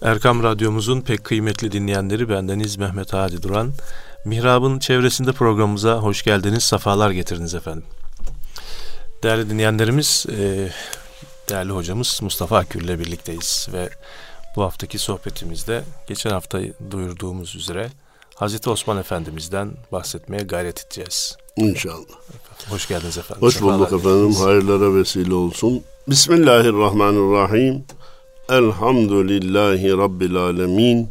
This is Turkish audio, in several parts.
Erkam Radyomuzun pek kıymetli dinleyenleri, bendeniz Mehmet Hadi Duran. Mihrab'ın çevresinde programımıza hoş geldiniz, sefalar getirdiniz efendim. Değerli dinleyenlerimiz, değerli hocamız Mustafa Akgül ile birlikteyiz ve bu haftaki sohbetimizde geçen hafta duyurduğumuz üzere Hazreti Osman Efendimiz'den bahsetmeye gayret edeceğiz. İnşallah. Hoş geldiniz efendim. Hoş bulduk efendim. Hayırlara vesile olsun. Bismillahirrahmanirrahim. Elhamdülillahi Rabbil alemin.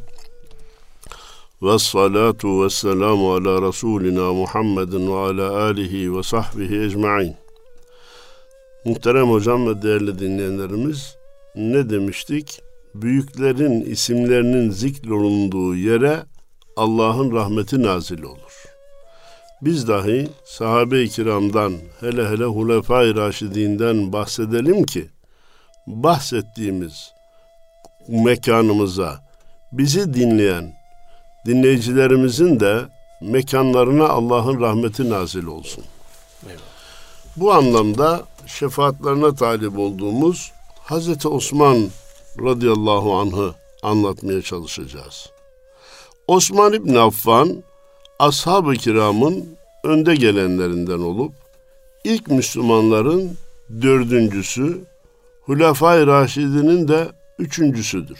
Vessalatu vesselamu ala Resulina Muhammedin ve ala alihi ve sahbihi ecma'in. Muhterem hocam ve değerli dinleyenlerimiz, ne demiştik? Büyüklerin isimlerinin zikrolunduğu yere Allah'ın rahmeti nazil olur. Biz dahi sahabe-i kiramdan, hele hele Hulefai Raşidinden bahsedelim ki, bahsettiğimiz mekanımıza bizi dinleyen dinleyicilerimizin de mekanlarına Allah'ın rahmeti nazil olsun. Evet. Bu anlamda şefaatlerine talip olduğumuz Hazreti Osman radıyallahu anh'ı anlatmaya çalışacağız. Osman İbni Affan, ashab-ı kiramın önde gelenlerinden olup, ilk Müslümanların 4.'sü, Hulefai Raşidinin de 3.'südür.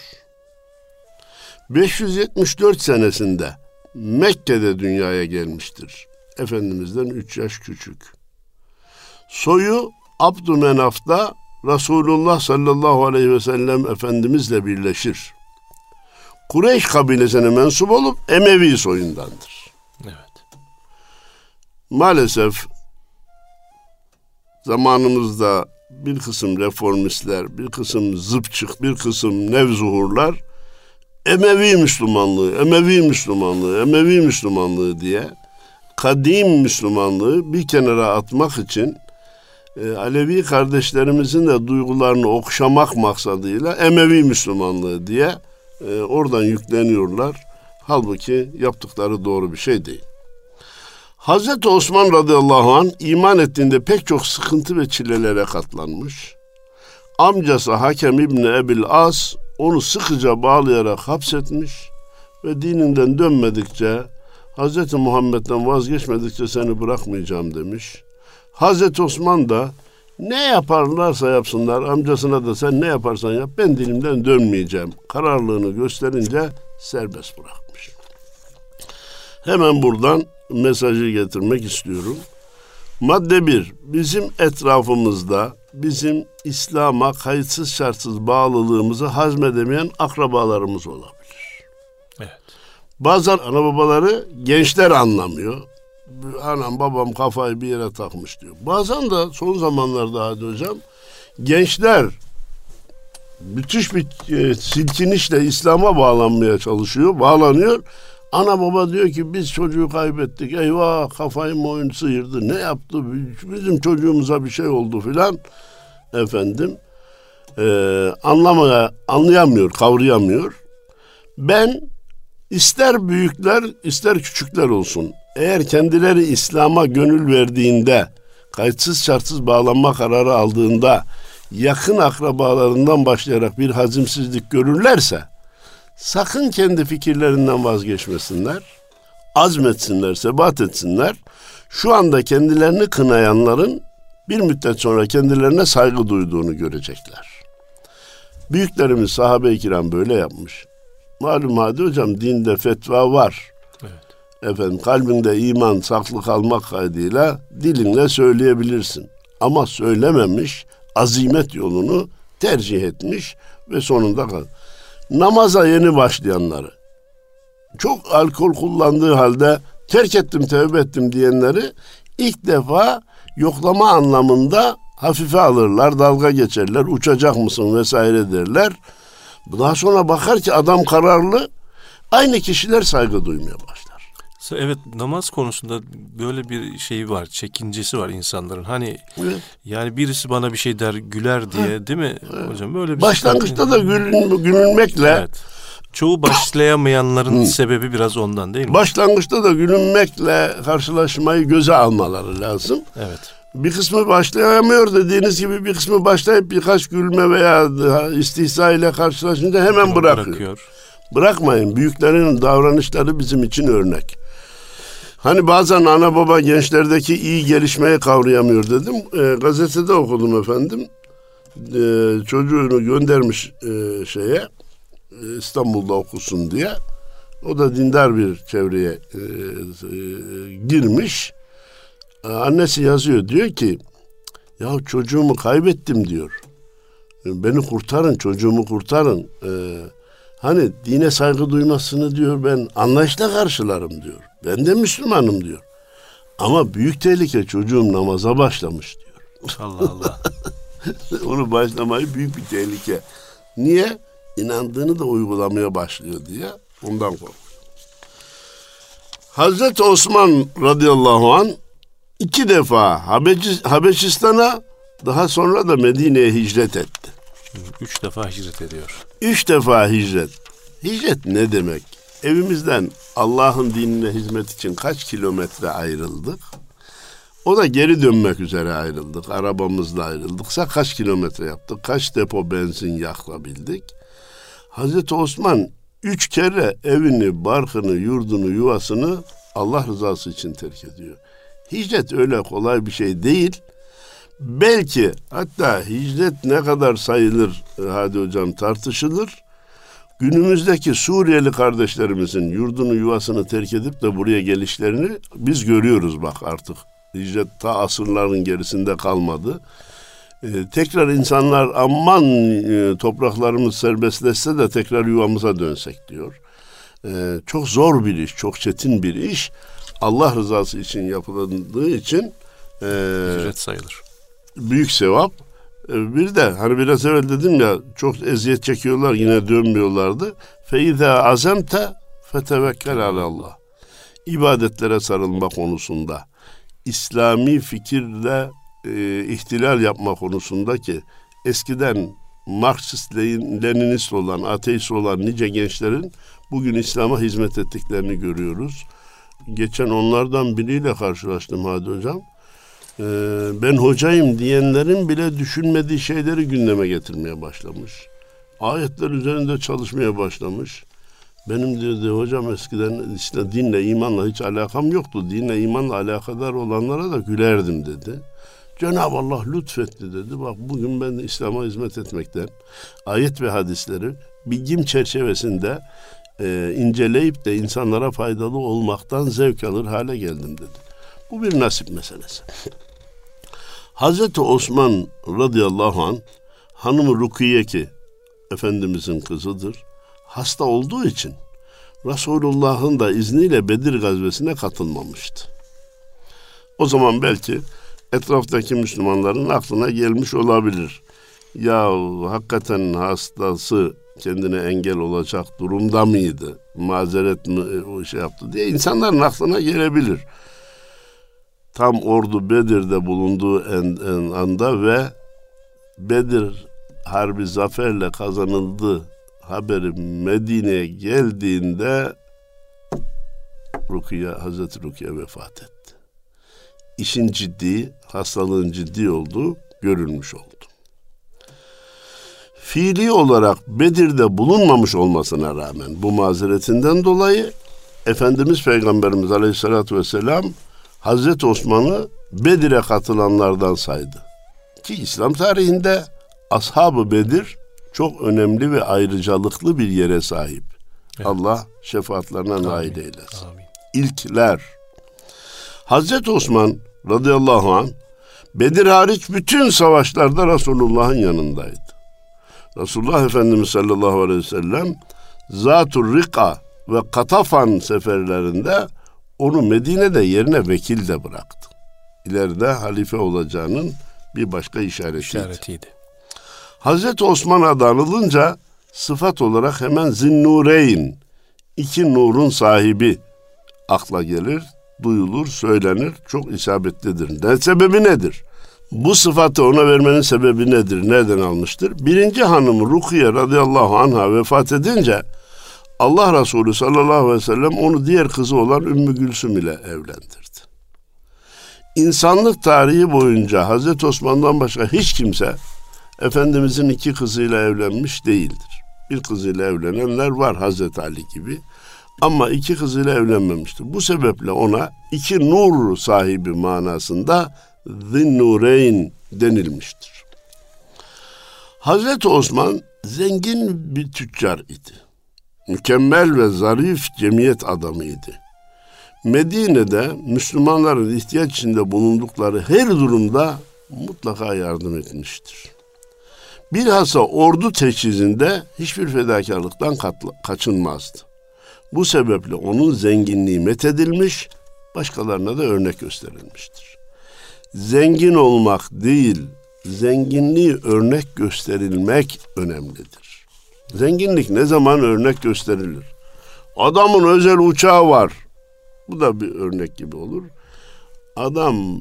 574 senesinde Mekke'de dünyaya gelmiştir. Efendimiz'den 3 yaş küçük. Soyu Abdümenaf'ta Resulullah sallallahu aleyhi ve sellem Efendimizle birleşir. Kureyş kabilesine mensup olup Emevi soyundandır. Evet. Maalesef zamanımızda bir kısım reformistler, bir kısım zıpçık, bir kısım nevzuhurlar Emevi Müslümanlığı diye kadim Müslümanlığı bir kenara atmak için Alevi kardeşlerimizin de duygularını okşamak maksadıyla Emevi Müslümanlığı diye oradan yükleniyorlar. Halbuki yaptıkları doğru bir şey değil. Hazreti Osman radıyallahu anh iman ettiğinde pek çok sıkıntı ve çilelere katlanmış. Amcası Hakem İbni Ebil As onu sıkıca bağlayarak hapsetmiş ve dininden dönmedikçe, Hazreti Muhammed'den vazgeçmedikçe seni bırakmayacağım demiş. Hazreti Osman da ne yaparlarsa yapsınlar, amcasına da sen ne yaparsan yap, ben dilimden dönmeyeceğim kararlılığını gösterince serbest bırakmış. Hemen buradan mesajı getirmek istiyorum. Madde 1. Bizim etrafımızda bizim İslam'a kayıtsız şartsız bağlılığımızı hazmedemeyen akrabalarımız olabilir. Evet. Bazen ana babaları gençler anlamıyor. Anam babam kafayı bir yere takmış diyor. Bazen de son zamanlarda Hadi Hocam gençler müthiş bir silkinişle İslam'a bağlanmaya bağlanıyor. Ana baba diyor ki biz çocuğu kaybettik. Eyvah, kafayı mı oyun sıyırdı. Ne yaptı? Bizim çocuğumuza bir şey oldu filan. Anlayamıyor, kavrayamıyor. Ben ister büyükler ister küçükler olsun, eğer kendileri İslam'a gönül verdiğinde, kayıtsız şartsız bağlanma kararı aldığında yakın akrabalarından başlayarak bir hazimsizlik görürlerse sakın kendi fikirlerinden vazgeçmesinler, azmetsinler, sebat etsinler. Şu anda kendilerini kınayanların bir müddet sonra kendilerine saygı duyduğunu görecekler. Büyüklerimiz sahabe-i kiram böyle yapmış. Malum Hadi Hocam, dinde fetva var. Evet. Kalbinde iman saklı kalmak kaydıyla dilinle söyleyebilirsin. Ama söylememiş, azimet yolunu tercih etmiş ve sonunda namaza yeni başlayanları, çok alkol kullandığı halde terk ettim, tevbe ettim diyenleri ilk defa yoklama anlamında hafife alırlar, dalga geçerler, uçacak mısın vesaire derler. Daha sonra bakar ki adam kararlı, aynı kişiler saygı duymaya başlar. Evet, namaz konusunda böyle bir şey var, çekincesi var insanların. Hani evet. Yani birisi bana bir şey der, güler diye, değil mi hocam? Böyle bir başlangıçta da gülünmekle. Evet. Çoğu başlayamayanların sebebi biraz ondan, değil mi? Başlangıçta da gülünmekle karşılaşmayı göze almaları lazım. Evet. Bir kısmı başlayamıyor dediğiniz gibi, bir kısmı başlayıp birkaç gülme veya istihza ile karşılaşınca hemen bırakıyor. Bırakmayın. Büyüklerin davranışları bizim için örnek. Hani bazen ana baba gençlerdeki iyi gelişmeyi kavrayamıyor dedim. Gazetede okudum efendim. Çocuğunu göndermiş İstanbul'da okusun diye. O da dindar bir çevreye girmiş. Annesi yazıyor, diyor ki ya çocuğumu kaybettim diyor. Beni kurtarın, çocuğumu kurtarın. Hani dine saygı duymasını diyor ben anlayışla karşılarım diyor. Ben de Müslümanım diyor. Ama büyük tehlike, çocuğum namaza başlamış diyor. Allah Allah. Onu başlamayı büyük bir tehlike. Niye? İnandığını da uygulamaya başlıyor diye. Ondan korkuyor. Hazreti Osman radıyallahu anh 2 defa Habeşistan'a, daha sonra da Medine'ye hicret etti. 3 defa hicret ediyor. 3 defa hicret. Hicret ne demek? Evimizden Allah'ın dinine hizmet için kaç kilometre ayrıldık? O da geri dönmek üzere ayrıldık. Arabamızla ayrıldıksa kaç kilometre yaptık? Kaç depo benzin yakabildik? Hazreti Osman 3 kere evini, barkını, yurdunu, yuvasını Allah rızası için terk ediyor. Hicret öyle kolay bir şey değil. Belki hatta hicret ne kadar sayılır Hadi Hocam tartışılır. Günümüzdeki Suriyeli kardeşlerimizin yurdunu, yuvasını terk edip de buraya gelişlerini biz görüyoruz bak artık. Hicret ta asırların gerisinde kalmadı. Tekrar insanlar aman topraklarımız serbestleşse de tekrar yuvamıza dönsek diyor. Çok zor bir iş, çok çetin bir iş. Allah rızası için yapıldığı için hicret sayılır. Büyük sevap. Bir de hani biraz evvel dedim ya, çok eziyet çekiyorlar, yine dönmüyorlardı. Feiza azemte fetevekkel alallah. İbadetlere sarılma konusunda, İslami fikirle ihtilal yapma konusunda ki eskiden Marksist, Leninist olan, ateist olan nice gençlerin bugün İslam'a hizmet ettiklerini görüyoruz. Geçen onlardan biriyle karşılaştım Hadi Hocam. Ben hocayım diyenlerin bile düşünmediği şeyleri gündeme getirmeye başlamış. Ayetler üzerinde çalışmaya başlamış. Benim dedi hocam eskiden işte dinle, imanla hiç alakam yoktu. Dinle, imanla alakadar olanlara da gülerdim dedi. Cenab-ı Allah lütfetti dedi. Bak bugün ben İslam'a hizmet etmekten, ayet ve hadisleri bilgim çerçevesinde inceleyip de insanlara faydalı olmaktan zevk alır hale geldim dedi. Bu bir nasip meselesi. Hazreti Osman radıyallahu anh hanımı Rukiye ki Efendimizin kızıdır, hasta olduğu için Resulullah'ın da izniyle Bedir gazvesine katılmamıştı. O zaman belki etraftaki Müslümanların aklına gelmiş olabilir. Ya hakikaten hastası kendine engel olacak durumda mıydı? Mazeret mi o şey yaptı diye insanların aklına gelebilir. Tam ordu Bedir'de bulunduğu anda ve Bedir harbi zaferle kazanıldı haberi Medine'ye geldiğinde Hazreti Rukiye vefat etti. İşin ciddi, hastalığın ciddi olduğu görülmüş oldu. Fiili olarak Bedir'de bulunmamış olmasına rağmen bu mazeretinden dolayı Efendimiz Peygamberimiz Aleyhisselatü Vesselam Hazreti Osman'ı Bedir'e katılanlardan saydı. Ki İslam tarihinde Ashab-ı Bedir çok önemli ve ayrıcalıklı bir yere sahip. Evet. Allah şefaatlerine nail eylesin. Amin. İlkler. Hazreti Osman radıyallahu anh Bedir hariç bütün savaşlarda Resulullah'ın yanındaydı. Resulullah Efendimiz sallallahu aleyhi ve sellem Zat-ı Rika ve Katafan seferlerinde onu Medine'de yerine vekil de bıraktı. İleride halife olacağının bir başka işaretiydi. Hazreti Osman adı anılınca sıfat olarak hemen Zinnureyn, 2 nurun sahibi akla gelir, duyulur, söylenir. Çok isabetlidir. Sebebi nedir? Bu sıfatı ona vermenin sebebi nedir? Nereden almıştır? 1. hanım Rukiye radıyallahu anha vefat edince Allah Resulü sallallahu aleyhi ve sellem onu diğer kızı olan Ümmü Gülsüm ile evlendirdi. İnsanlık tarihi boyunca Hazreti Osman'dan başka hiç kimse Efendimizin 2 kızıyla evlenmiş değildir. Bir kızıyla evlenenler var Hazreti Ali gibi. Ama 2 kızıyla evlenmemiştir. Bu sebeple ona 2 nur sahibi manasında Zin-Nureyn denilmiştir. Hazreti Osman zengin bir tüccar idi. Mükemmel ve zarif cemiyet adamıydı. Medine'de Müslümanların ihtiyaç içinde bulundukları her durumda mutlaka yardım etmiştir. Bilhassa ordu teçhizinde hiçbir fedakarlıktan kaçınmazdı. Bu sebeple onun zenginliği methedilmiş, başkalarına da örnek gösterilmiştir. Zengin olmak değil, zenginliği örnek gösterilmek önemlidir. Zenginlik ne zaman örnek gösterilir? Adamın özel uçağı var. Bu da bir örnek gibi olur. Adam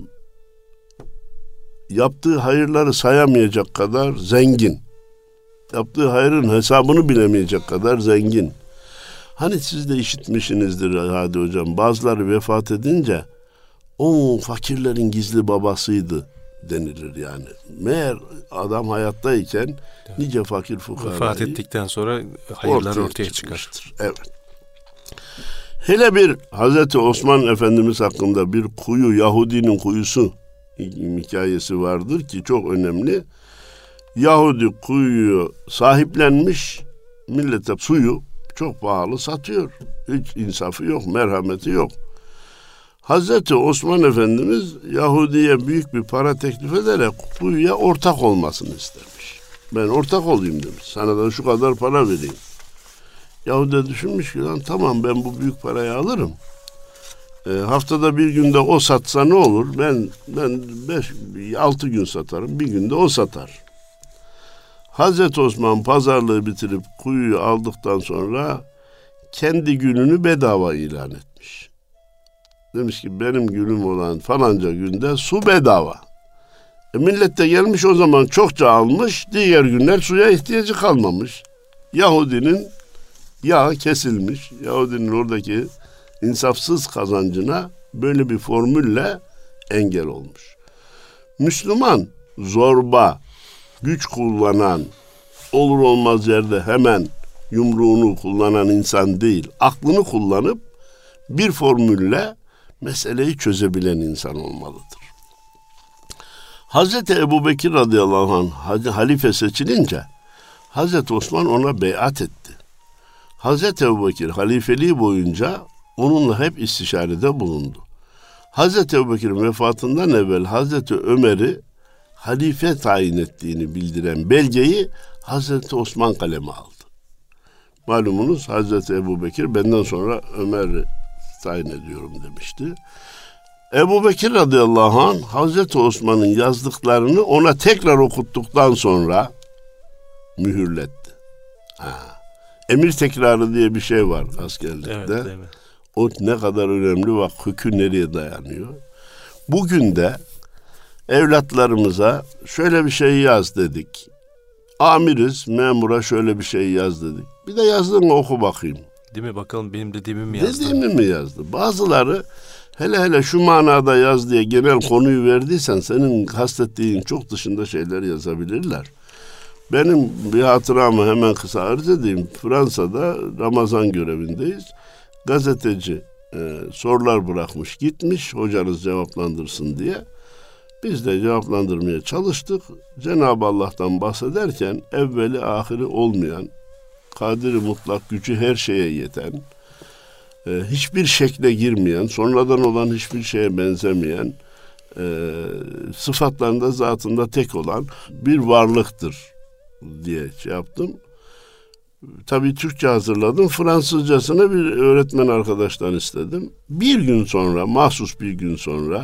yaptığı hayırları sayamayacak kadar zengin. Yaptığı hayrın hesabını bilemeyecek kadar zengin. Hani siz de işitmişsinizdir Hadi Hocam. Bazıları vefat edince o fakirlerin gizli babasıydı denilir yani. Meğer adam hayattayken nice fakir fukarayı vefat ettikten sonra hayırlar ortaya çıkar. Evet. Hele bir Hazreti Osman Efendimiz hakkında bir kuyu, Yahudinin kuyusu hikayesi vardır ki çok önemli. Yahudi kuyuyu sahiplenmiş, millete suyu çok pahalı satıyor. Hiç insafı yok, merhameti yok. Hazreti Osman Efendimiz Yahudi'ye büyük bir para teklif ederek kuyuya ortak olmasını istemiş. Ben ortak olayım demiş. Sana da şu kadar para vereyim. Yahudi düşünmüş ki lan tamam ben bu büyük parayı alırım. Haftada bir günde o satsa ne olur? Ben 6 gün satarım. Bir günde o satar. Hazreti Osman pazarlığı bitirip kuyuyu aldıktan sonra kendi gününü bedava ilan etmiş. Demiş ki benim günüm olan falanca günde su bedava. Millet de gelmiş o zaman çokça almış. Diğer günler suya ihtiyacı kalmamış. Yahudinin yağı kesilmiş. Yahudinin oradaki insafsız kazancına böyle bir formülle engel olmuş. Müslüman zorba, güç kullanan, olur olmaz yerde hemen yumruğunu kullanan insan değil, aklını kullanıp bir formülle meseleyi çözebilen insan olmalıdır. Hazreti Ebubekir radıyallahu anh halife seçilince Hazreti Osman ona beyat etti. Hazreti Ebubekir halifeliği boyunca onunla hep istişarede bulundu. Hazreti Ebubekir'in vefatından evvel Hazreti Ömer'i halife tayin ettiğini bildiren belgeyi Hazreti Osman kaleme aldı. Malumunuz Hazreti Ebubekir benden sonra Ömer'i tayin ediyorum demişti. Ebubekir radıyallahu anh Hazreti Osman'ın yazdıklarını ona tekrar okuttuktan sonra mühürletti. Emir tekrarı diye bir şey var askerlikte. Evet, o ne kadar önemli, bak hükü nereye dayanıyor. Bugün de evlatlarımıza şöyle bir şey yaz dedik. Amiriz, memura şöyle bir şey yaz dedik. Bir de yazdın mı oku bakayım. Değil mi? Bakalım benim dediğimi mi yazdı? Dediğimi mi yazdı? Bazıları hele şu manada yaz diye genel konuyu verdiysen senin kastettiğin çok dışında şeyler yazabilirler. Benim bir hatıramı hemen kısa arz edeyim. Fransa'da Ramazan görevindeyiz. Gazeteci sorular bırakmış gitmiş hocanız cevaplandırsın diye. Biz de cevaplandırmaya çalıştık. Cenab-ı Allah'tan bahsederken evveli ahiri olmayan, kadiri mutlak gücü her şeye yeten, hiçbir şekle girmeyen, sonradan olan hiçbir şeye benzemeyen, sıfatlarında zatında tek olan bir varlıktır diye şey yaptım. Tabii Türkçe hazırladım. Fransızcasını bir öğretmen arkadaştan istedim. Bir gün sonra, mahsus bir gün sonra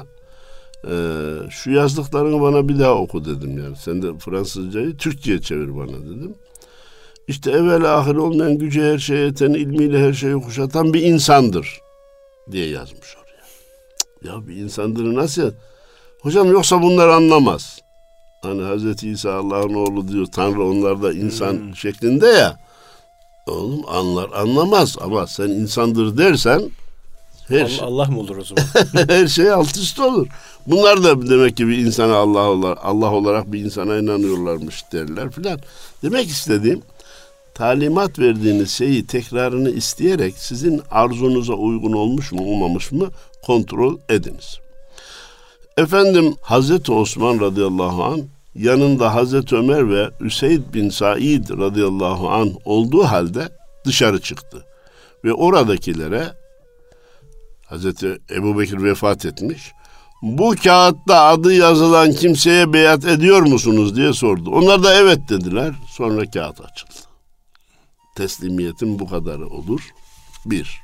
şu yazdıklarını bana bir daha oku dedim yani. Sen de Fransızcayı Türkçe'ye çevir bana dedim. İşte evvel ahir olmayan gücü her şeye yeten, ilmiyle her şeyi kuşatan bir insandır diye yazmış oraya. Ya bir insandır nasıl ya? Hocam yoksa bunlar anlamaz. Hani Hazreti İsa Allah'ın oğlu diyor, Tanrı onlar da insan şeklinde ya. Oğlum anlar anlamaz ama sen insandır dersen Allah mı olur o zaman? Her şey alt üst olur. Bunlar da demek ki bir insana Allah olarak bir insana inanıyorlarmış derler filan. Demek istediğim, talimat verdiğiniz şeyi tekrarını isteyerek sizin arzunuza uygun olmuş mu olmamış mı kontrol ediniz. Efendim Hazreti Osman radıyallahu anh yanında Hazreti Ömer ve Üseyd bin Said radıyallahu anh olduğu halde dışarı çıktı. Ve oradakilere, Hazreti Ebubekir vefat etmiş, bu kağıtta adı yazılan kimseye beyat ediyor musunuz diye sordu. Onlar da evet dediler. Sonra kağıt açıldı. Teslimiyetin bu kadarı olur. Bir.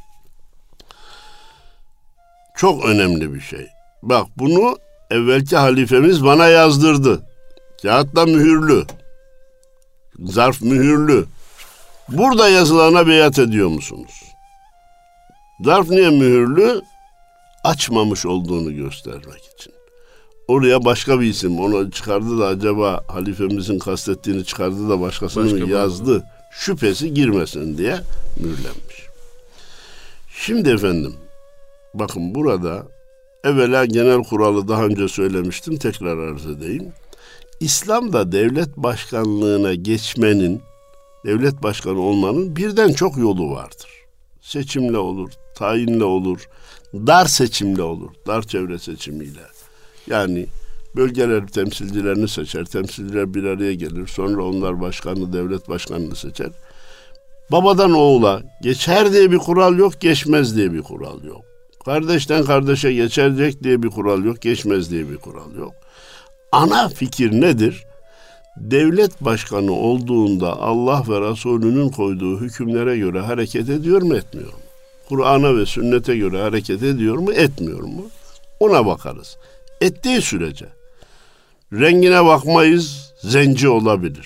Çok önemli bir şey. Bak bunu evvelki halifemiz bana yazdırdı. Kağıtla mühürlü. Zarf mühürlü. Burada yazılana beyat ediyor musunuz? Zarf niye mühürlü? Açmamış olduğunu göstermek için. Oraya başka bir isim onu çıkardı da acaba halifemizin kastettiğini çıkardı da başkasını yazdı. Şüphesi girmesin diye mühürlenmiş. Şimdi efendim bakın burada evvela genel kuralı daha önce söylemiştim, tekrar arz edeyim. İslam'da devlet başkanlığına geçmenin, devlet başkanı olmanın birden çok yolu vardır. Seçimle olur, tayinle olur, dar seçimle olur, dar çevre seçimiyle. Yani bölgeler temsilcilerini seçer, temsilciler bir araya gelir, sonra onlar başkanı, devlet başkanını seçer. Babadan oğula geçer diye bir kural yok, geçmez diye bir kural yok. Kardeşten kardeşe geçecek diye bir kural yok, geçmez diye bir kural yok. Ana fikir nedir? Devlet başkanı olduğunda Allah ve Resulünün koyduğu hükümlere göre hareket ediyor mu, etmiyor mu? Kur'an'a ve sünnete göre hareket ediyor mu, etmiyor mu? Ona bakarız. Ettiği sürece. Rengine bakmayız, zenci olabilir.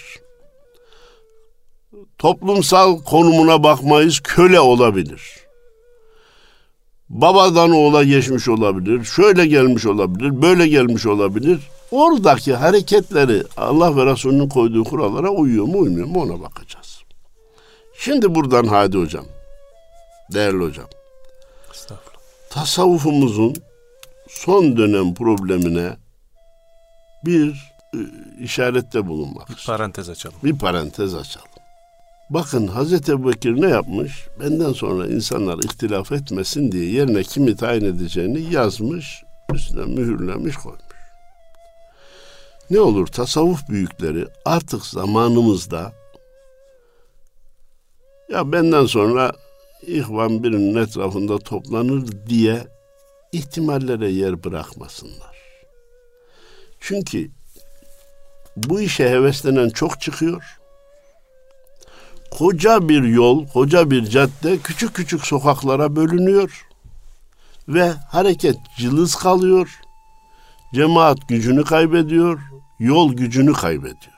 Toplumsal konumuna bakmayız, köle olabilir. Babadan oğula geçmiş olabilir, şöyle gelmiş olabilir, böyle gelmiş olabilir. Oradaki hareketleri Allah ve Resulünün koyduğu kurallara uyuyor mu, uymuyor mu ona bakacağız. Şimdi buradan hadi hocam, değerli hocam. Estağfurullah. Tasavvufumuzun son dönem problemine bir işarette bulunmak. Bir parantez açalım. Bir parantez açalım. Bakın Hazreti Ebubekir ne yapmış? Benden sonra insanlar ihtilaf etmesin diye yerine kimi tayin edeceğini yazmış, üstüne mühürlemiş, koymuş. Ne olur tasavvuf büyükleri artık zamanımızda ya benden sonra ihvan birinin etrafında toplanır diye ihtimallere yer bırakmasınlar. Çünkü bu işe heveslenen çok çıkıyor. Koca bir yol, koca bir cadde küçük küçük sokaklara bölünüyor ve hareket cılız kalıyor. Cemaat gücünü kaybediyor, yol gücünü kaybediyor.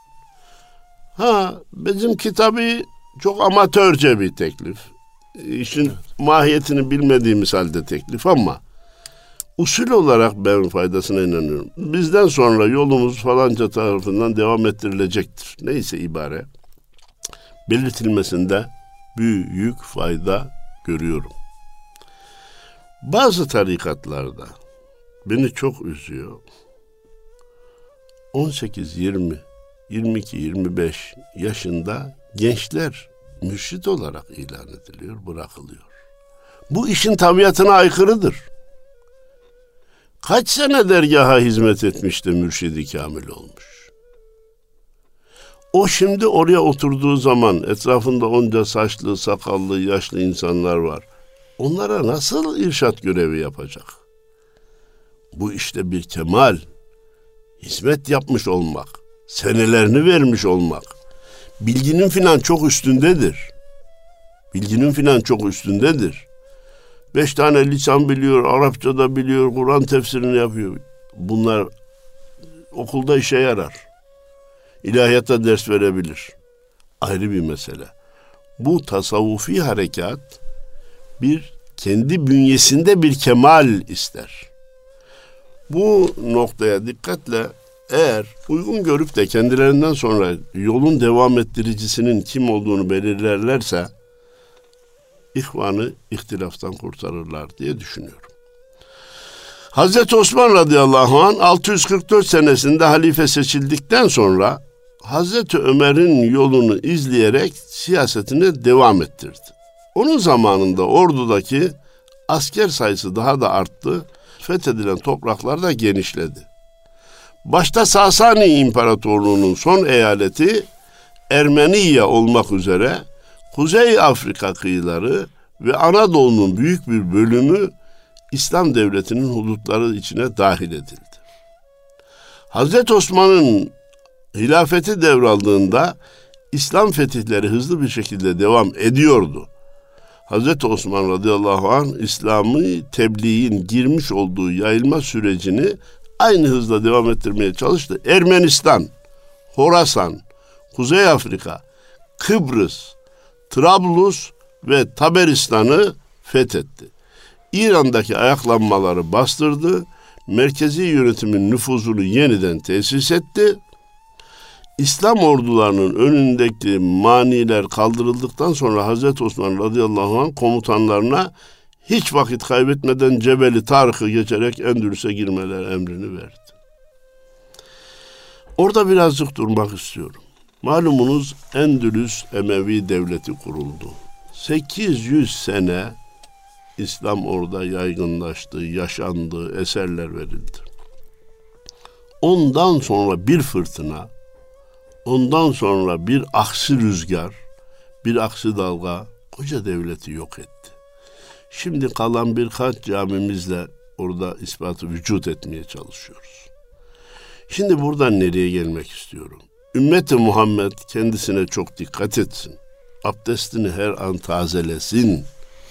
Bizimki tabii çok amatörce bir teklif. İşin mahiyetini bilmediğimiz halde teklif ama usul olarak ben faydasına inanıyorum. Bizden sonra yolumuz falanca tarafından devam ettirilecektir. Neyse ibare. Belirtilmesinde büyük fayda görüyorum. Bazı tarikatlarda beni çok üzüyor. 18, 20, 22, 25 yaşında gençler mürşit olarak ilan ediliyor, bırakılıyor. Bu işin tabiatına aykırıdır. Kaç sene dergaha hizmet etmiş de mürşidi kamil olmuş. O şimdi oraya oturduğu zaman etrafında onca saçlı, sakallı, yaşlı insanlar var. Onlara nasıl irşat görevi yapacak? Bu işte bir kemal, hizmet yapmış olmak, senelerini vermiş olmak. Bilginin filan çok üstündedir. Bilginin filan çok üstündedir. 5 tane lisan biliyor, Arapça da biliyor, Kur'an tefsirini yapıyor. Bunlar okulda işe yarar. İlahiyatta ders verebilir. Ayrı bir mesele. Bu tasavvufi harekat bir kendi bünyesinde bir kemal ister. Bu noktaya dikkatle eğer uygun görüp de kendilerinden sonra yolun devam ettiricisinin kim olduğunu belirlerlerse ihvanı ihtilaftan kurtarırlar diye düşünüyorum. Hazreti Osman radıyallahu anh 644 senesinde halife seçildikten sonra Hazreti Ömer'in yolunu izleyerek siyasetine devam ettirdi. Onun zamanında ordudaki asker sayısı daha da arttı, fethedilen topraklar da genişledi. Başta Sasani İmparatorluğu'nun son eyaleti Ermeniye olmak üzere Kuzey Afrika kıyıları ve Anadolu'nun büyük bir bölümü İslam devletinin hudutları içine dahil edildi. Hazreti Osman'ın hilafeti devraldığında İslam fetihleri hızlı bir şekilde devam ediyordu. Hazreti Osman radıyallahu anh İslam'ı tebliğin girmiş olduğu yayılma sürecini aynı hızla devam ettirmeye çalıştı. Ermenistan, Horasan, Kuzey Afrika, Kıbrıs, Trablus ve Taberistan'ı fethetti. İran'daki ayaklanmaları bastırdı, merkezi yönetimin nüfuzunu yeniden tesis etti. İslam ordularının önündeki maniler kaldırıldıktan sonra Hazreti Osman radıyallahu anh komutanlarına hiç vakit kaybetmeden Cebeli Tarık'ı geçerek Endülüs'e girmeler emrini verdi. Orada birazcık durmak istiyorum. Malumunuz Endülüs Emevi Devleti kuruldu. 800 sene İslam orada yaygınlaştı, yaşandı, eserler verildi. Ondan sonra bir fırtına, ondan sonra bir aksi rüzgar, bir aksi dalga koca devleti yok etti. Şimdi kalan birkaç camimizle orada ispatı vücut etmeye çalışıyoruz. Şimdi buradan nereye gelmek istiyorum? Ümmet-i Muhammed kendisine çok dikkat etsin. Abdestini her an tazelesin.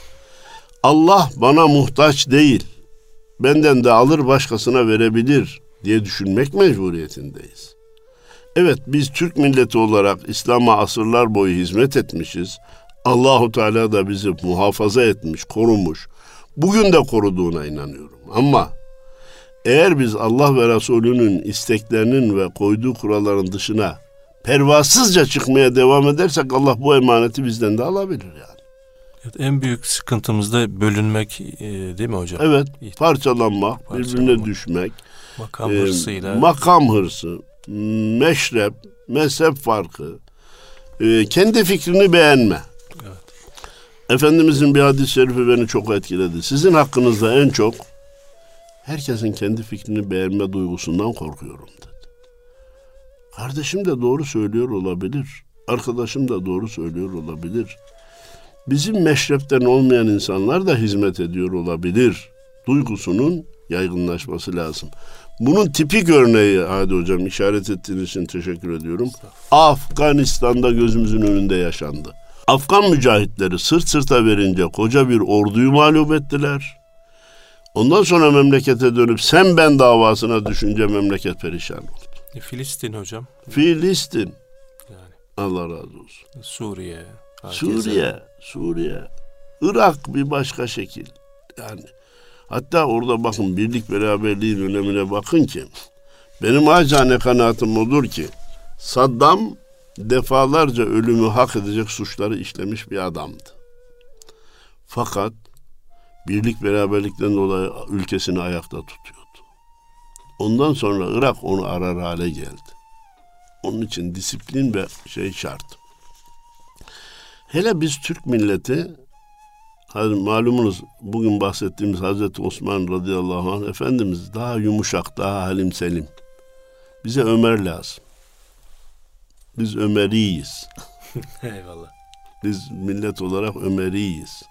Allah bana muhtaç değil, benden de alır başkasına verebilir diye düşünmek mecburiyetindeyiz. Evet, biz Türk milleti olarak İslam'a asırlar boyu hizmet etmişiz. Allahu Teala da bizi muhafaza etmiş, korumuş. Bugün de koruduğuna inanıyorum. Ama eğer biz Allah ve Resulünün isteklerinin ve koyduğu kuralların dışına pervasızca çıkmaya devam edersek Allah bu emaneti bizden de alabilir yani. Evet, en büyük sıkıntımız da bölünmek, değil mi hocam? Evet, parçalanmak, birbirine düşmek, makam hırsıyla. Makam hırsı, meşrep, mezhep farkı, kendi fikrini beğenme. Evet. Efendimizin bir hadis-i şerifi beni çok etkiledi. Sizin hakkınızda en çok herkesin kendi fikrini beğenme duygusundan korkuyorum dedi. Kardeşim de doğru söylüyor olabilir. Arkadaşım da doğru söylüyor olabilir. Bizim meşrepten olmayan insanlar da hizmet ediyor olabilir. Duygusunun yaygınlaşması lazım. Bunun tipik örneği Hadi Hocam işaret ettiğiniz için teşekkür ediyorum. Afganistan'da gözümüzün önünde yaşandı. Afgan mücahitleri sırt sırta verince koca bir orduyu mağlup ettiler. Ondan sonra memlekete dönüp sen ben davasına düşünce memleket perişan oldu. Filistin hocam. Filistin. Yani. Allah razı olsun. Suriye. Suriye. Irak bir başka şekil. Yani hatta orada bakın birlik beraberliğin önemine bakın ki benim acizane kanaatim odur ki Saddam defalarca ölümü hak edecek suçları işlemiş bir adamdı. Fakat birlik beraberlikten dolayı ülkesini ayakta tutuyordu. Ondan sonra Irak onu arar hale geldi. Onun için disiplin ve şart. Hele biz Türk milleti, malumunuz bugün bahsettiğimiz Hazreti Osman radıyallahu anh Efendimiz daha yumuşak, daha halim selim. Bize Ömer lazım. Biz Ömeriyiz. Eyvallah. Biz millet olarak Ömeriyiz.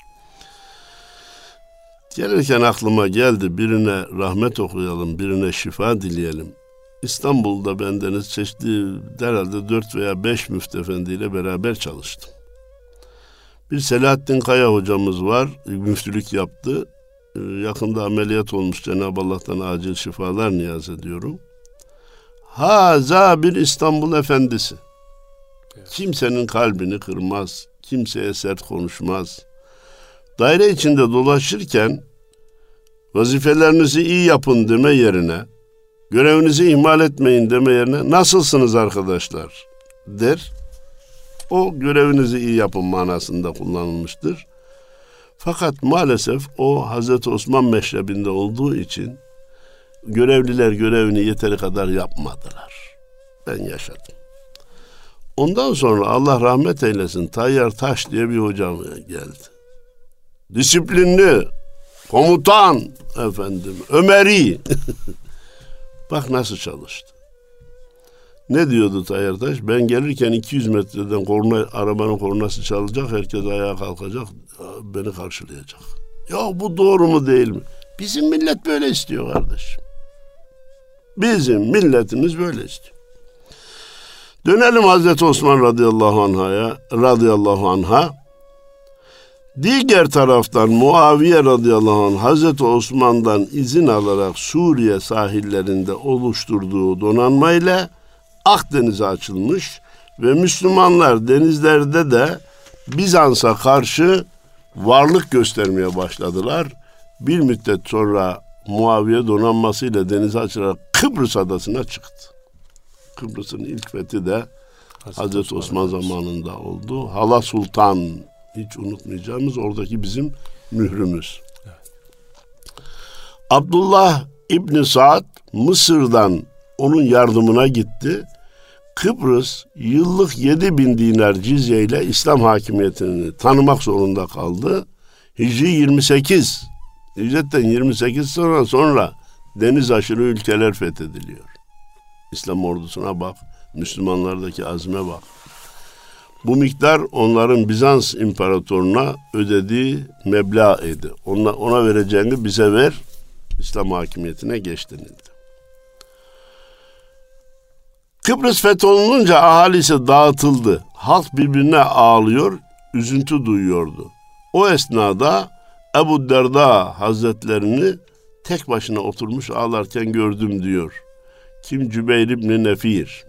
Gelirken aklıma geldi, birine rahmet okuyalım, birine şifa dileyelim. İstanbul'da bendeniz çeşitli herhalde 4 veya 5 müftefendiyle beraber çalıştım. Bir Selahattin Kaya hocamız var, müftülük yaptı. Yakında ameliyat olmuş, Cenab-ı Allah'tan acil şifalar niyaz ediyorum. Haza bir İstanbul efendisi. Evet. Kimsenin kalbini kırmaz, kimseye sert konuşmaz. Daire içinde dolaşırken vazifelerinizi iyi yapın deme yerine, görevinizi ihmal etmeyin deme yerine nasılsınız arkadaşlar der. O görevinizi iyi yapın manasında kullanılmıştır. Fakat maalesef o Hazreti Osman meşrebinde olduğu için görevliler görevini yeteri kadar yapmadılar. Ben yaşadım. Ondan sonra Allah rahmet eylesin Tayyar Taş diye bir hocam geldi. Disiplinli, komutan efendim, Ömeri. Bak nasıl çalıştı. Ne diyordu Tayyar Taş? Ben gelirken 200 metreden arabanın kornası çalacak, herkes ayağa kalkacak, beni karşılayacak. Ya bu doğru mu değil mi? Bizim millet böyle istiyor kardeşim. Bizim milletimiz böyle istiyor. Dönelim Hazreti Osman radıyallahu anh'a. Diğer taraftan Muaviye radıyallahu anh Hazreti Osman'dan izin alarak Suriye sahillerinde oluşturduğu donanmayla Akdeniz'e açılmış ve Müslümanlar denizlerde de Bizans'a karşı varlık göstermeye başladılar. Bir müddet sonra Muaviye donanmasıyla denize açılarak Kıbrıs adasına çıktı. Kıbrıs'ın ilk fethi de Hazreti Osman zamanında oldu. Hala Sultan, hiç unutmayacağımız oradaki bizim mührümüz. Evet. Abdullah İbni Saad Mısır'dan onun yardımına gitti. Kıbrıs yıllık 7.000 dinar cizye ile İslam hakimiyetini tanımak zorunda kaldı. Hicri 28, Hicretten 28 sonra deniz aşırı ülkeler fethediliyor. İslam ordusuna bak, Müslümanlardaki azme bak. Bu miktar onların Bizans imparatoruna ödediği meblağ idi. Ona vereceğini bize ver, İslam hakimiyetine geç denildi. Kıbrıs fetholununca ahalisi dağıtıldı. Halk birbirine ağlıyor, üzüntü duyuyordu. O esnada Ebu Derda Hazretlerini tek başına oturmuş ağlarken gördüm diyor. Kim? Cübeyr İbni Nefir.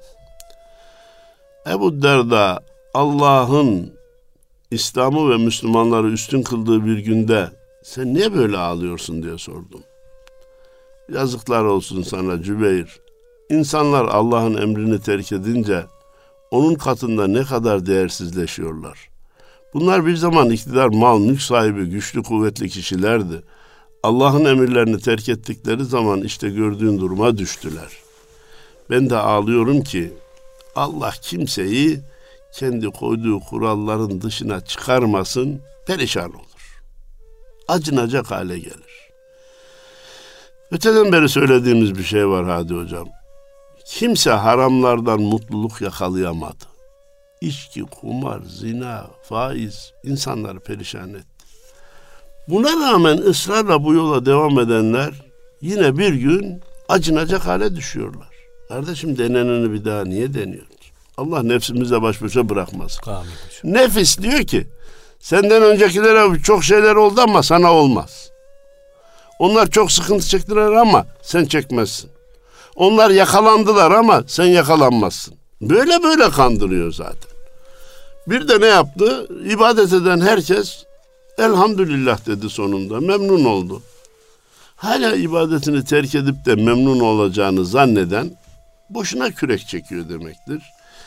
Ebu Derda Allah'ın İslam'ı ve Müslümanları üstün kıldığı bir günde sen niye böyle ağlıyorsun diye sordum. Yazıklar olsun sana Cübeyr. İnsanlar Allah'ın emrini terk edince onun katında ne kadar değersizleşiyorlar. Bunlar bir zaman iktidar, mal, mülk sahibi, güçlü, kuvvetli kişilerdi. Allah'ın emirlerini terk ettikleri zaman işte gördüğün duruma düştüler. Ben de ağlıyorum ki Allah kimseyi kendi koyduğu kuralların dışına çıkarmasın, perişan olur. Acınacak hale gelir. Öteden beri söylediğimiz bir şey var Hadi Hocam. Kimse haramlardan mutluluk yakalayamadı. İçki, kumar, zina, faiz insanları perişan etti. Buna rağmen ısrarla bu yola devam edenler yine bir gün acınacak hale düşüyorlar. Kardeşim deneneni bir daha niye deniyoruz? Allah nefsimizle baş başa bırakmasın. Amin. Nefis diyor ki senden öncekilere çok şeyler oldu ama sana olmaz. Onlar çok sıkıntı çektiler ama sen çekmezsin. Onlar yakalandılar ama sen yakalanmazsın. Böyle kandırıyor zaten. Bir de ne yaptı? İbadet eden herkes elhamdülillah dedi sonunda. Memnun oldu. Hala ibadetini terk edip de memnun olacağını zanneden boşuna kürek çekiyor demektir.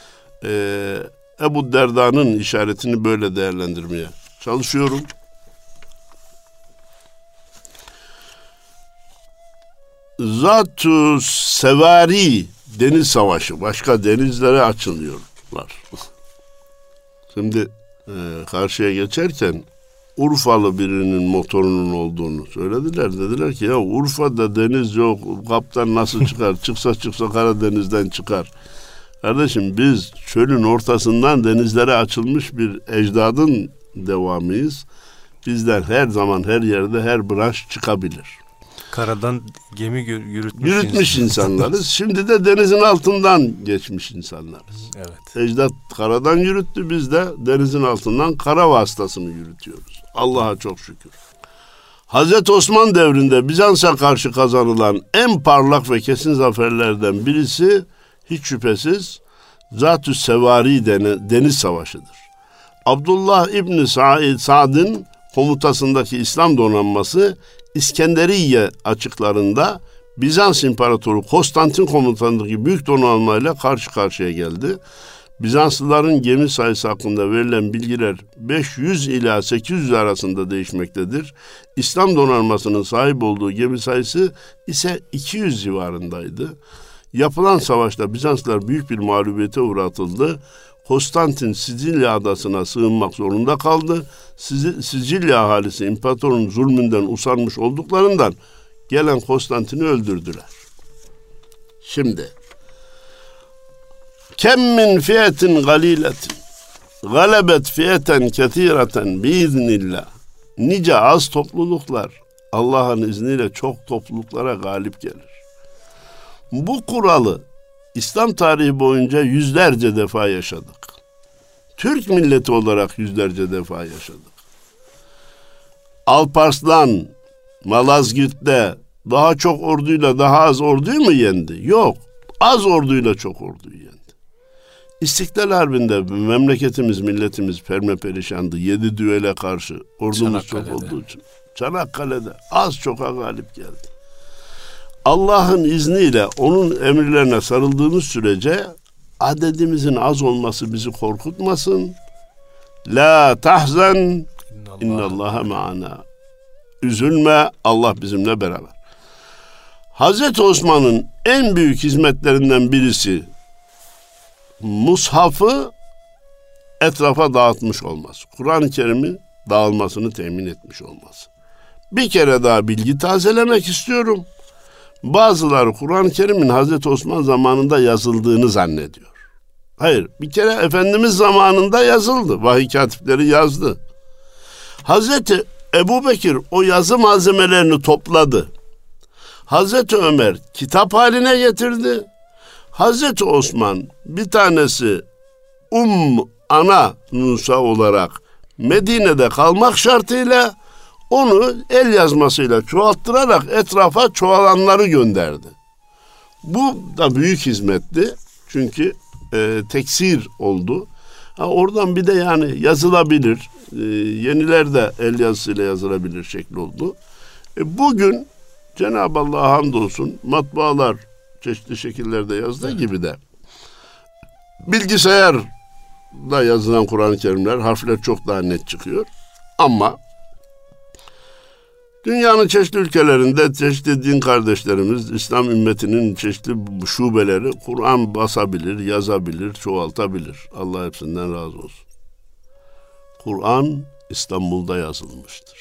Ebu Derda'nın işaretini böyle değerlendirmeye çalışıyorum. Zat-ı Sevari deniz savaşı. Başka denizlere açılıyorlar. Şimdi karşıya geçerken Urfalı birinin motorunun olduğunu söylediler. Dediler ki ya Urfa'da deniz yok. Kaptan nasıl çıkar? Çıksa Karadeniz'den çıkar. Kardeşim biz çölün ortasından denizlere açılmış bir ecdadın devamıyız. Bizler her zaman her yerde her branş çıkabilir. Karadan gemi yürütmüş insanlarız. Şimdi de denizin altından geçmiş insanlarız. Evet. Ecdat karadan yürüttü, biz de denizin altından kara vasıtasını yürütüyoruz. Allah'a çok şükür. Hazreti Osman devrinde Bizans'a karşı kazanılan en parlak ve kesin zaferlerden birisi hiç şüphesiz Zat-ı Sevari deniz savaşıdır. Abdullah İbni Sa'd'ın komutasındaki İslam donanması İskenderiye açıklarında Bizans İmparatoru Konstantin komutasındaki büyük donanmayla karşı karşıya geldi. Bizanslıların gemi sayısı hakkında verilen bilgiler 500 ila 800 arasında değişmektedir. İslam donanmasının sahip olduğu gemi sayısı ise 200 civarındaydı. Yapılan savaşta Bizanslılar büyük bir mağlubiyete uğratıldı. Konstantin Sicilya adasına sığınmak zorunda kaldı. Sicilya ahalisi imparatorun zulmünden usanmış olduklarından gelen Konstantin'i öldürdüler. Şimdi kem min fiyetin galiletin galebet fiyeten ketireten biiznillah. Nice az topluluklar Allah'ın izniyle çok topluluklara galip gelir. Bu kuralı İslam tarihi boyunca yüzlerce defa yaşadık. Türk milleti olarak yüzlerce defa yaşadık. Alparslan Malazgirt'te daha çok orduyla daha az orduyu mu yendi? Yok. Az orduyla çok orduyu yendi. İstiklal Harbi'nde memleketimiz, milletimiz perperişandı. 7 düvele karşı ordumuz çok olduğu için. Çanakkale'de az çoka galip geldi. Allah'ın izniyle onun emirlerine sarıldığımız sürece adedimizin az olması bizi korkutmasın. La tahzen innallaha ma'ana. Üzülme, Allah bizimle beraber. Hazreti Osman'ın en büyük hizmetlerinden birisi Mushaf'ı etrafa dağıtmış olması. Kur'an-ı Kerim'in dağılmasını temin etmiş olması. Bir kere daha bilgi tazelemek istiyorum. Bazıları Kur'an-ı Kerim'in Hazreti Osman zamanında yazıldığını zannediyor. Hayır, bir kere Efendimiz zamanında yazıldı. Vahiy katipleri yazdı. Hazreti Ebubekir o yazı malzemelerini topladı. Hazreti Ömer kitap haline getirdi. Hazreti Osman bir tanesi ana Nusa olarak Medine'de kalmak şartıyla onu el yazmasıyla çoğalttırarak etrafa çoğalanları gönderdi. Bu da büyük hizmetti. Çünkü teksir oldu. Oradan bir de yani yazılabilir. Yeniler de el yazısıyla yazılabilir şekli oldu. Bugün Cenab-ı Allah'a hamdolsun matbaalar çeşitli şekillerde yazdığı gibi de bilgisayarda yazılan Kur'an-ı Kerimler harfler çok daha net çıkıyor. Ama dünyanın çeşitli ülkelerinde çeşitli din kardeşlerimiz, İslam ümmetinin çeşitli şubeleri Kur'an basabilir, yazabilir, çoğaltabilir. Allah hepsinden razı olsun. Kur'an İstanbul'da yazılmıştır.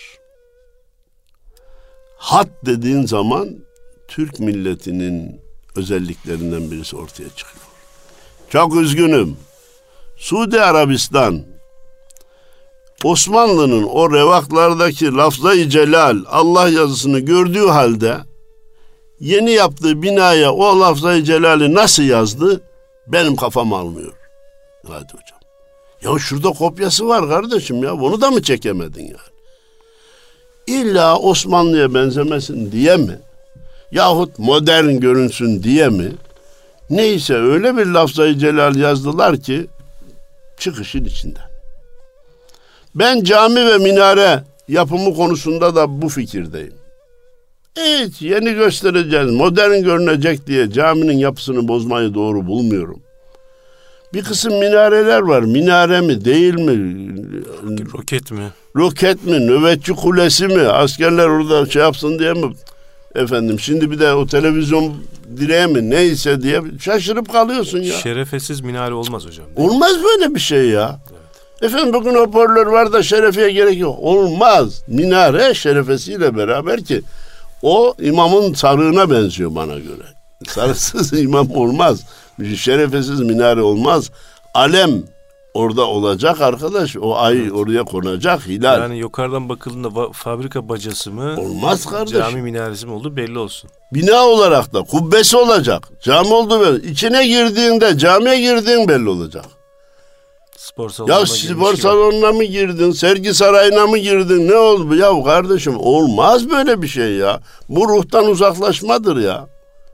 Hat dediğin zaman Türk milletinin özelliklerinden birisi ortaya çıkıyor. Çok üzgünüm. Suudi Arabistan Osmanlı'nın o revaklardaki lafza-i celal Allah yazısını gördüğü halde yeni yaptığı binaya o lafza-i celali nasıl yazdı? Benim kafam almıyor. Hadi hocam. Ya şurada kopyası var kardeşim ya. Bunu da mı çekemedin yani? İlla Osmanlı'ya benzemesin diye mi? Yahut modern görünsün diye mi? Neyse öyle bir lafza-i celal yazdılar ki çıkışın içinden. Ben cami ve minare yapımı konusunda da bu fikirdeyim. Evet, yeni göstereceğiz, modern görünecek diye caminin yapısını bozmayı doğru bulmuyorum. Bir kısım minareler var. Minare mi, değil mi? Roket mi? Roket mi, nöbetçi kulesi mi? Askerler orada şey yapsın diye mi? Efendim şimdi bir de o televizyon direği mi neyse diye şaşırıp kalıyorsun ya. Şerefesiz minare olmaz hocam. Olmaz böyle bir şey ya. Evet. Efendim bugün hoparlör var da şerefiye gerek yok. Olmaz. Minare şerefesiyle beraber ki o imamın sarığına benziyor bana göre. Sarısız imam olmaz. Şerefesiz minare olmaz. Alem orada olacak arkadaş. O ay oraya konacak hilal. Yani yukarıdan bakıldığında fabrika bacası mı? Olmaz kardeşim. Cami minaresi mi olduğu belli olsun. Bina olarak da kubbesi olacak. Cami olduğu belli. İçine girdiğinde camiye girdiğin belli olacak. Spor salonuna ya spor salonuna mı girdin? Sergi sarayına mı girdin? Ne oldu? Ya kardeşim olmaz böyle bir şey ya. Bu ruhtan uzaklaşmadır ya.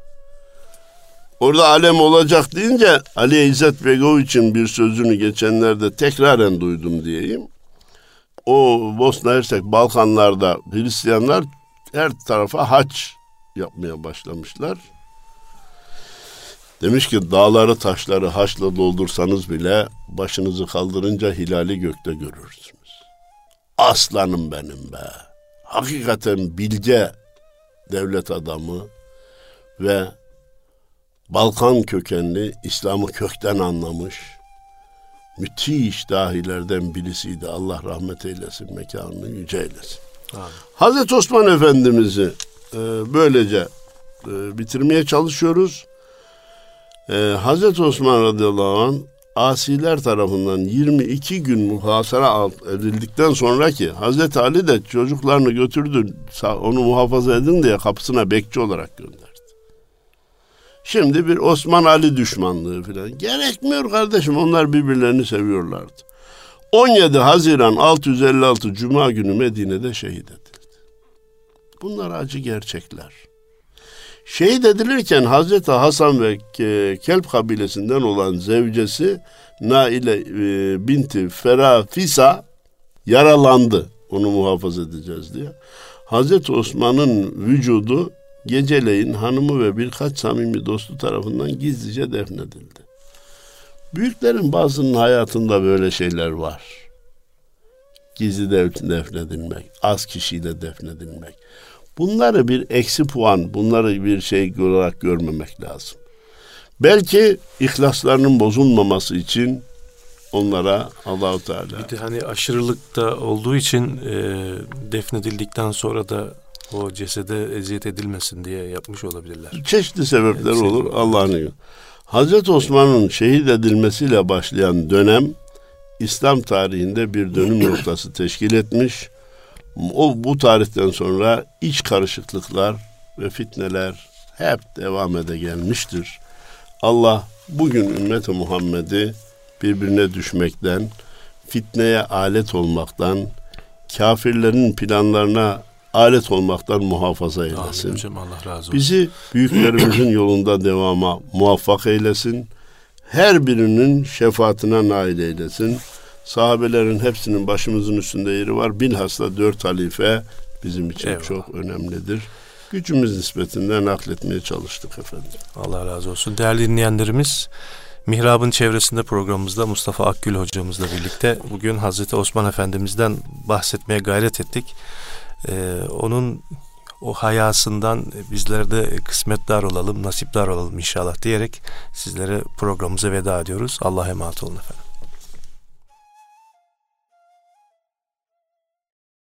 Orada alem olacak deyince Ali İzzet Begoviç'in bir sözünü geçenlerde tekraren duydum diyeyim. O Bosna Hersek Balkanlarda Hristiyanlar her tarafa hac yapmaya başlamışlar. Demiş ki dağları taşları haçla doldursanız bile başınızı kaldırınca hilali gökte görürsünüz. Aslanım benim be. Hakikaten bilge devlet adamı ve Balkan kökenli, İslam'ı kökten anlamış müthiş dahilerden birisiydi. Allah rahmet eylesin, mekanını yüce eylesin. Amin. Hazreti Osman Efendimiz'i böylece bitirmeye çalışıyoruz. Hazreti Osman radıyallahu anh asiler tarafından 22 gün muhasara edildikten sonraki Hazreti Ali de çocuklarını götürdü, onu muhafaza edin diye kapısına bekçi olarak gönderdi. Şimdi bir Osman Ali düşmanlığı falan. Gerekmiyor kardeşim, onlar birbirlerini seviyorlardı. 17 Haziran 656 Cuma günü Medine'de şehit edildi. Bunlar acı gerçekler. Şehit edilirken Hazreti Hasan ve Kelp kabilesinden olan zevcesi Naile binti Ferafisa yaralandı. Onu muhafaza edeceğiz diye. Hazreti Osman'ın vücudu geceleyin hanımı ve birkaç samimi dostu tarafından gizlice defnedildi. Büyüklerin bazının hayatında böyle şeyler var. Gizli defnedilmek, az kişiyle defnedilmek. Bunları bir eksi puan, bunları bir şey olarak görmemek lazım. Belki ihlaslarının bozulmaması için onlara Allah-u Teala... Bir de hani aşırılık da olduğu için defnedildikten sonra da o cesede eziyet edilmesin diye yapmış olabilirler. Çeşitli sebepler olur Allah'ın izniyle. Hazreti Osman'ın şehit edilmesiyle başlayan dönem İslam tarihinde bir dönüm noktası teşkil etmiş. Bu tarihten sonra iç karışıklıklar ve fitneler hep devam ede gelmiştir. Allah bugün ümmeti Muhammed'i birbirine düşmekten, fitneye alet olmaktan, kafirlerin planlarına alet olmaktan muhafaza eylesin. Amin hocam, Allah razı olsun. Bizi büyüklerimizin yolunda devama muvaffak eylesin. Her birinin şefaatine nail eylesin. Sahabelerin hepsinin başımızın üstünde yeri var. Bilhassa 4 halife bizim için eyvallah, çok önemlidir. Gücümüz nispetinde nakletmeye çalıştık efendim. Allah razı olsun. Değerli dinleyenlerimiz, Mihrab'ın çevresinde programımızda Mustafa Akgül hocamızla birlikte bugün Hazreti Osman Efendimiz'den bahsetmeye gayret ettik. Onun o hayasından bizler de kısmetdar olalım, nasipdar olalım inşallah diyerek sizlere programımıza veda ediyoruz. Allah'a emanet olun efendim.